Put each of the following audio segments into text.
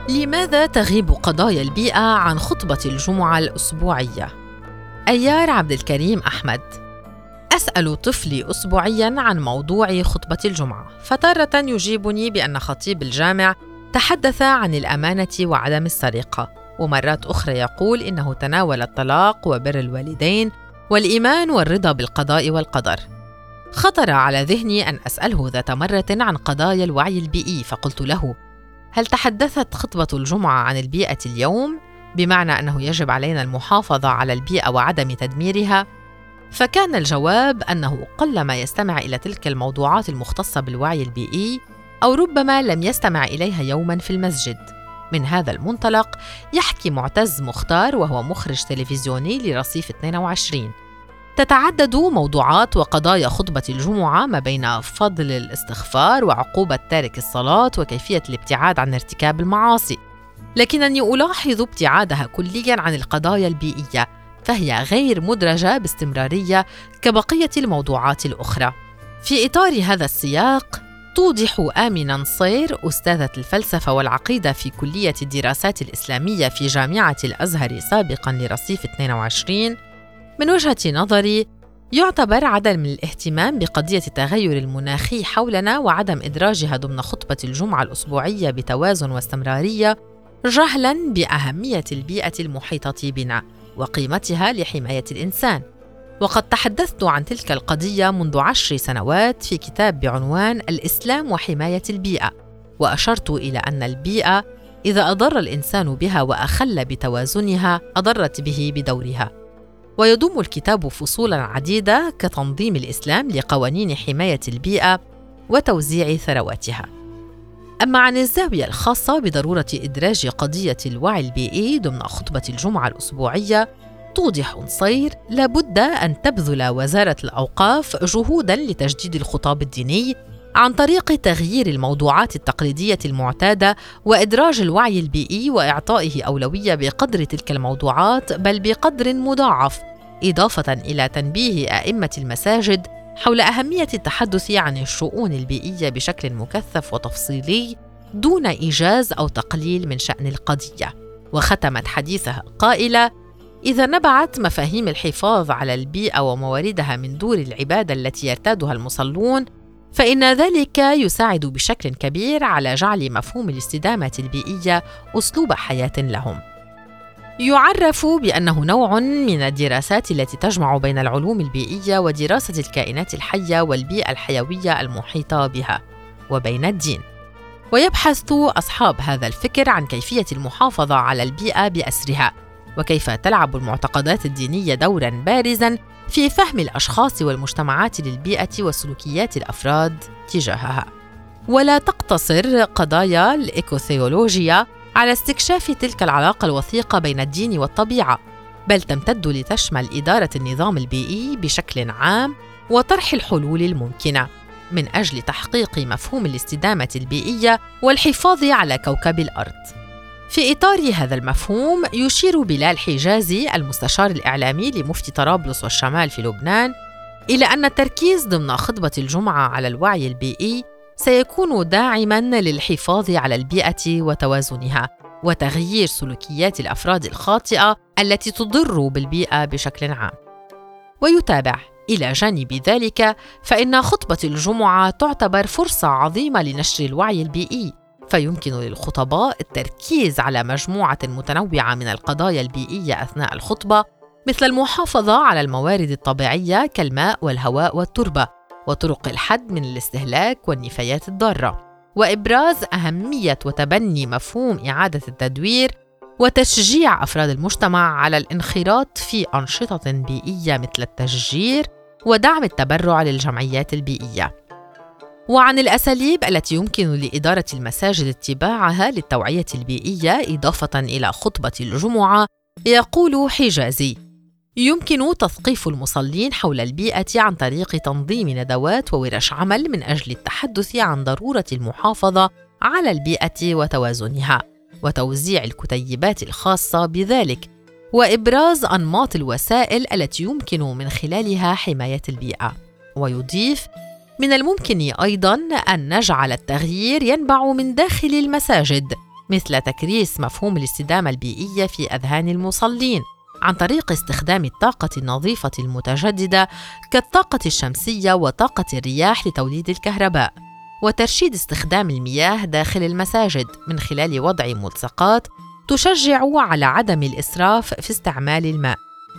لماذا تغيب قضايا البيئة عن خطبة الجمعة الأسبوعية؟ أيار عبد الكريم أحمد: أسأل طفلي أسبوعياً عن موضوع خطبة الجمعة، فتارة يجيبني بأن خطيب الجامع تحدث عن الأمانة وعدم السرقة، ومرات أخرى يقول إنه تناول الطلاق وبر الوالدين والإيمان والرضا بالقضاء والقدر. خطر على ذهني أن أسأله ذات مرة عن قضايا الوعي البيئي، فقلت له: هل تحدثت خطبة الجمعة عن البيئة اليوم؟ بمعنى أنه يجب علينا المحافظة على البيئة وعدم تدميرها؟ فكان الجواب أنه قلما يستمع إلى تلك الموضوعات المختصة بالوعي البيئي، أو ربما لم يستمع إليها يوماً في المسجد. من هذا المنطلق يحكي معتز مختار، وهو مخرج تلفزيوني لرصيف 22: تتعدد موضوعات وقضايا خطبة الجمعة ما بين فضل الاستغفار وعقوبة تارك الصلاة وكيفية الابتعاد عن ارتكاب المعاصي، لكنني ألاحظ ابتعادها كلياً عن القضايا البيئية، فهي غير مدرجة باستمرارية كبقية الموضوعات الأخرى. في إطار هذا السياق، توضح آمنة نصير، أستاذة الفلسفة والعقيدة في كلية الدراسات الإسلامية في جامعة الأزهر سابقاً لرصيف 22: من وجهة نظري يعتبر عدم الاهتمام بقضية التغير المناخي حولنا وعدم إدراجها ضمن خطبة الجمعة الأسبوعية بتوازن واستمرارية جهلاً بأهمية البيئة المحيطة بنا وقيمتها لحماية الإنسان. وقد تحدثت عن تلك القضية منذ 10 سنوات في كتاب بعنوان الإسلام وحماية البيئة، وأشرت إلى أن البيئة إذا أضر الإنسان بها وأخل بتوازنها أضرت به بدورها. ويضم الكتاب فصولاً عديدة كتنظيم الإسلام لقوانين حماية البيئة وتوزيع ثرواتها. أما عن الزاوية الخاصة بضرورة إدراج قضية الوعي البيئي ضمن خطبة الجمعة الأسبوعية، توضح نصير لابد أن تبذل وزارة الأوقاف جهوداً لتجديد الخطاب الديني عن طريق تغيير الموضوعات التقليدية المعتادة وإدراج الوعي البيئي وإعطائه أولوية بقدر تلك الموضوعات، بل بقدر مضاعف، إضافة إلى تنبيه أئمة المساجد حول أهمية التحدث عن الشؤون البيئية بشكل مكثف وتفصيلي دون إيجاز أو تقليل من شأن القضية. وختمت حديثها قائلة: إذا نبعت مفاهيم الحفاظ على البيئة ومواردها من دور العبادة التي يرتادها المصلون، فإن ذلك يساعد بشكل كبير على جعل مفهوم الاستدامة البيئية أسلوب حياة لهم. يعرف بأنه نوع من الدراسات التي تجمع بين العلوم البيئية ودراسة الكائنات الحية والبيئة الحيوية المحيطة بها، وبين الدين. ويبحث أصحاب هذا الفكر عن كيفية المحافظة على البيئة بأسرها، وكيف تلعب المعتقدات الدينية دوراً بارزاً في فهم الأشخاص والمجتمعات للبيئة وسلوكيات الأفراد تجاهها. ولا تقتصر قضايا الإيكوثيولوجيا على استكشاف تلك العلاقة الوثيقة بين الدين والطبيعة، بل تمتد لتشمل إدارة النظام البيئي بشكل عام وطرح الحلول الممكنة من أجل تحقيق مفهوم الاستدامة البيئية والحفاظ على كوكب الأرض. في إطار هذا المفهوم، يشير بلال حجازي المستشار الإعلامي لمفتي طرابلس والشمال في لبنان إلى أن التركيز ضمن خطبة الجمعة على الوعي البيئي سيكون داعماً للحفاظ على البيئة وتوازنها وتغيير سلوكيات الأفراد الخاطئة التي تضر بالبيئة بشكل عام. ويتابع: إلى جانب ذلك، فإن خطبة الجمعة تعتبر فرصة عظيمة لنشر الوعي البيئي، فيمكن للخطباء التركيز على مجموعة متنوعة من القضايا البيئية أثناء الخطبة، مثل المحافظة على الموارد الطبيعية كالماء والهواء والتربة، وطرق الحد من الاستهلاك والنفايات الضارة، وإبراز أهمية وتبني مفهوم إعادة التدوير، وتشجيع أفراد المجتمع على الانخراط في أنشطة بيئية مثل التشجير ودعم التبرع للجمعيات البيئية. وعن الأساليب التي يمكن لإدارة المساجد اتباعها للتوعية البيئية إضافة إلى خطبة الجمعة، يقول حجازي: يمكن تثقيف المصلين حول البيئة عن طريق تنظيم ندوات وورش عمل من أجل التحدث عن ضرورة المحافظة على البيئة وتوازنها، وتوزيع الكتيبات الخاصة بذلك، وإبراز أنماط الوسائل التي يمكن من خلالها حماية البيئة. ويضيف: من الممكن أيضاً أن نجعل التغيير ينبع من داخل المساجد، مثل تكريس مفهوم الاستدامة البيئية في أذهان المصلين عن طريق استخدام الطاقة النظيفة المتجددة كالطاقة الشمسية وطاقة الرياح لتوليد الكهرباء، وترشيد استخدام المياه داخل المساجد من خلال وضع ملصقات تشجع على عدم الإسراف في استعمال الماء.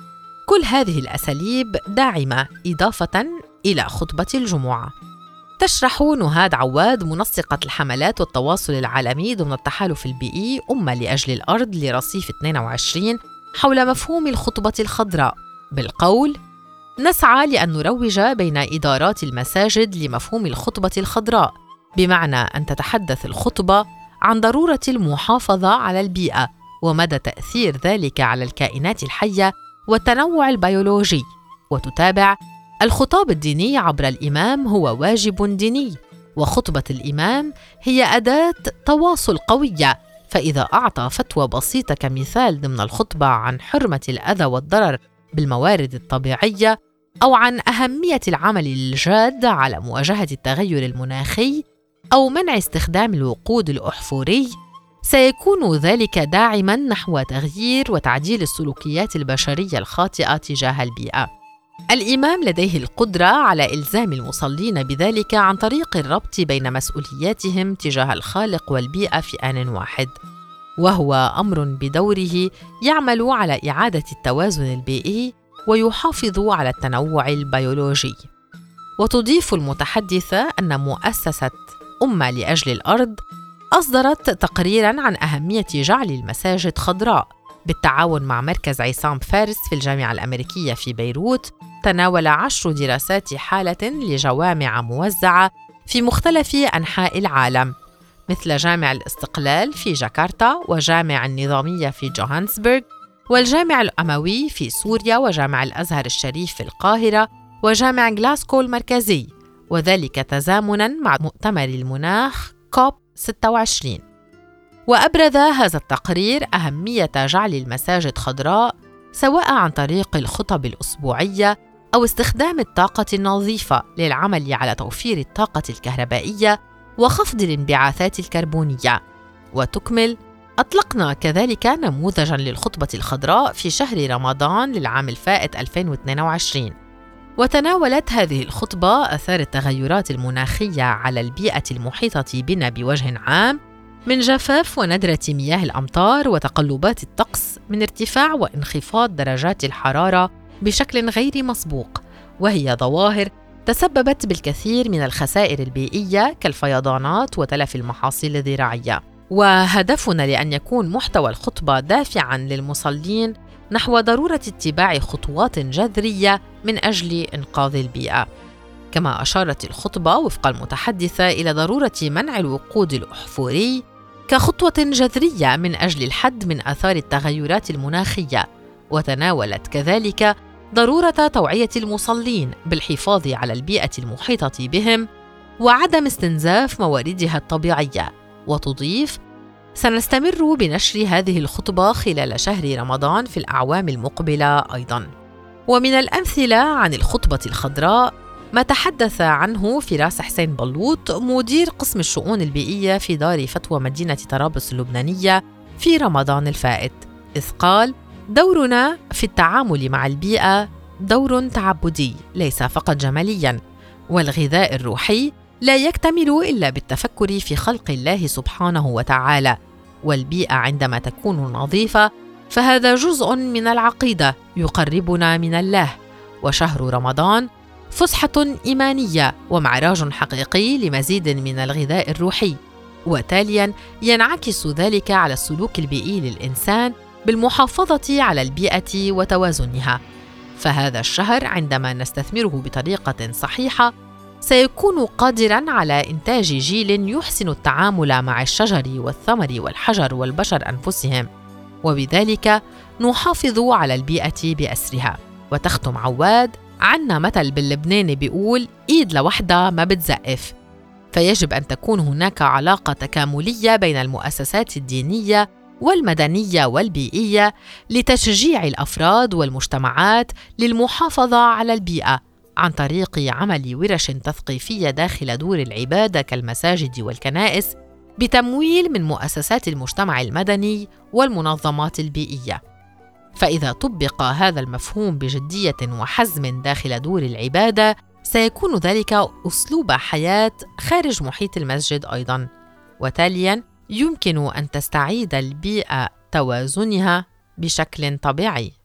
كل هذه الأساليب داعمة إضافة إلى خطبة الجمعة. تشرح نهاد عواد منسقة الحملات والتواصل العالمي ضمن التحالف البيئي أمة لأجل الأرض لرصيف 22 حول مفهوم الخطبة الخضراء بالقول: نسعى لأن نروج بين إدارات المساجد لمفهوم الخطبة الخضراء، بمعنى أن تتحدث الخطبة عن ضرورة المحافظة على البيئة ومدى تأثير ذلك على الكائنات الحية والتنوع البيولوجي، وتتابع: الخطاب الديني عبر الإمام هو واجب ديني، وخطبة الإمام هي أداة تواصل قوية، فإذا أعطى فتوى بسيطة كمثال ضمن الخطبة عن حرمة الأذى والضرر بالموارد الطبيعية أو عن أهمية العمل الجاد على مواجهة التغير المناخي أو منع استخدام الوقود الأحفوري، سيكون ذلك داعماً نحو تغيير وتعديل السلوكيات البشرية الخاطئة تجاه البيئة. الإمام لديه القدرة على إلزام المصلين بذلك عن طريق الربط بين مسؤولياتهم تجاه الخالق والبيئة في آن واحد، وهو أمر بدوره يعمل على إعادة التوازن البيئي ويحافظ على التنوع البيولوجي. وتضيف المتحدثة أن مؤسسة أمة لأجل الأرض أصدرت تقريراً عن أهمية جعل المساجد خضراء بالتعاون مع مركز عصام فارس في الجامعة الأمريكية في بيروت، تناول 10 دراسات حالة لجوامع موزعة في مختلف أنحاء العالم، مثل جامع الاستقلال في جاكرتا، وجامع النظامية في جوهانسبرغ، والجامع الأموي في سوريا، وجامع الأزهر الشريف في القاهرة، وجامع غلاسكو المركزي، وذلك تزامناً مع مؤتمر المناخ كوب 26. وأبرز هذا التقرير أهمية جعل المساجد خضراء سواء عن طريق الخطب الأسبوعية أو استخدام الطاقة النظيفة للعمل على توفير الطاقة الكهربائية وخفض الانبعاثات الكربونية. وتكمل: أطلقنا كذلك نموذجاً للخطبة الخضراء في شهر رمضان للعام الفائت 2022، وتناولت هذه الخطبة آثار التغيرات المناخية على البيئة المحيطة بنا بوجه عام، من جفاف وندرة مياه الأمطار وتقلبات الطقس، من ارتفاع وانخفاض درجات الحرارة بشكل غير مسبوق، وهي ظواهر تسببت بالكثير من الخسائر البيئية كالفيضانات وتلف المحاصيل الزراعية. وهدفنا لأن يكون محتوى الخطبة دافعاً للمصلين نحو ضرورة اتباع خطوات جذرية من أجل إنقاذ البيئة. كما أشارت الخطبة وفق المتحدثة إلى ضرورة منع الوقود الأحفوري كخطوة جذرية من أجل الحد من آثار التغيرات المناخية، وتناولت كذلك ضرورة توعية المصلين بالحفاظ على البيئة المحيطة بهم وعدم استنزاف مواردها الطبيعية. وتضيف: سنستمر بنشر هذه الخطبة خلال شهر رمضان في الأعوام المقبلة أيضاً. ومن الأمثلة عن الخطبة الخضراء ما تحدث عنه فراس حسين بلوط مدير قسم الشؤون البيئية في دار فتوى مدينة طرابلس اللبنانية في رمضان الفائت، إذ قال: دورنا في التعامل مع البيئة دور تعبدي ليس فقط جمالياً، والغذاء الروحي لا يكتمل إلا بالتفكر في خلق الله سبحانه وتعالى، والبيئة عندما تكون نظيفة فهذا جزء من العقيدة يقربنا من الله. وشهر رمضان فسحة إيمانية ومعراج حقيقي لمزيد من الغذاء الروحي، وتالياً ينعكس ذلك على السلوك البيئي للإنسان بالمحافظة على البيئة وتوازنها. فهذا الشهر عندما نستثمره بطريقة صحيحة سيكون قادراً على إنتاج جيل يحسن التعامل مع الشجر والثمر والحجر والبشر أنفسهم، وبذلك نحافظ على البيئة بأسرها. وتختم عواد: عنا مثل باللبناني بيقول: إيد لوحدها ما بتزقف، فيجب أن تكون هناك علاقة تكاملية بين المؤسسات الدينية والمدنية والبيئية لتشجيع الأفراد والمجتمعات للمحافظة على البيئة عن طريق عمل ورش تثقيفية داخل دور العبادة كالمساجد والكنائس، بتمويل من مؤسسات المجتمع المدني والمنظمات البيئية. فإذا طبق هذا المفهوم بجدية وحزم داخل دور العبادة، سيكون ذلك أسلوب حياة خارج محيط المسجد أيضاً، وتالياً يمكن أن تستعيد البيئة توازنها بشكل طبيعي.